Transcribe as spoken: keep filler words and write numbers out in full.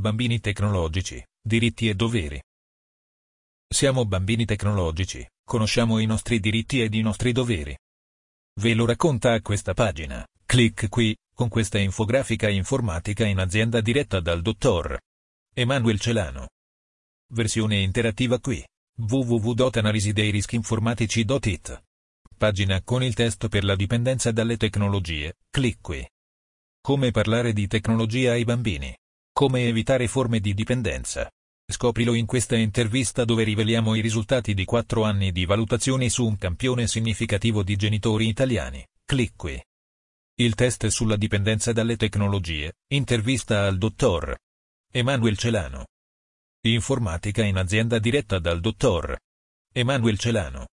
Bambini tecnologici, diritti e doveri. Siamo bambini tecnologici, conosciamo i nostri diritti ed i nostri doveri. Ve lo racconta a questa pagina, clic qui, con questa infografica informatica in azienda diretta dal dottor Emanuel Celano. Versione interattiva qui, w w w punto analisi dei rischi informatici punto it. Pagina con il test per la dipendenza dalle tecnologie, clic qui. Come parlare di tecnologia ai bambini. Come evitare forme di dipendenza. Scoprilo in questa intervista dove riveliamo i risultati di quattro anni di valutazioni su un campione significativo di genitori italiani. Clic qui. Il test sulla dipendenza dalle tecnologie, intervista al dottor Emanuel Celano. Informatica in azienda diretta dal dottor Emanuel Celano.